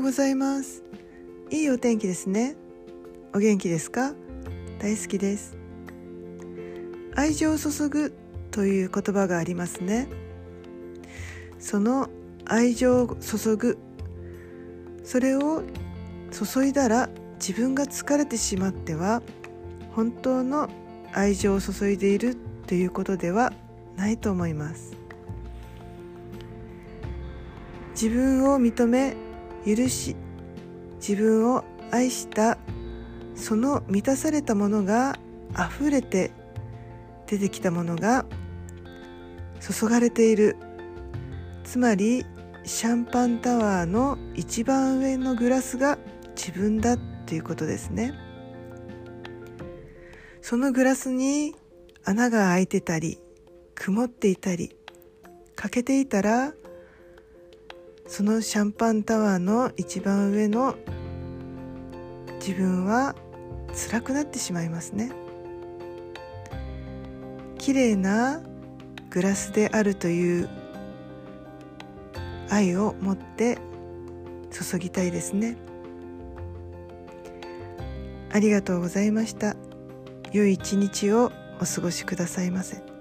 ございます。いいお天気ですね。お元気ですか？大好きです。愛情を注ぐという言葉がありますね。その愛情を注ぐ、それを注いだら自分が疲れてしまっては本当の愛情を注いでいるということではないと思います。自分を認め許し、自分を愛したその満たされたものがあふれて出てきたものが注がれている。つまりシャンパンタワーの一番上のグラスが自分だということですね。そのグラスに穴が開いてたり曇っていたり欠けていたら、そのシャンパンタワーの一番上の自分は辛くなってしまいますね。きれいなグラスであるという愛を持って注ぎたいですね。ありがとうございました。良い一日をお過ごしくださいませ。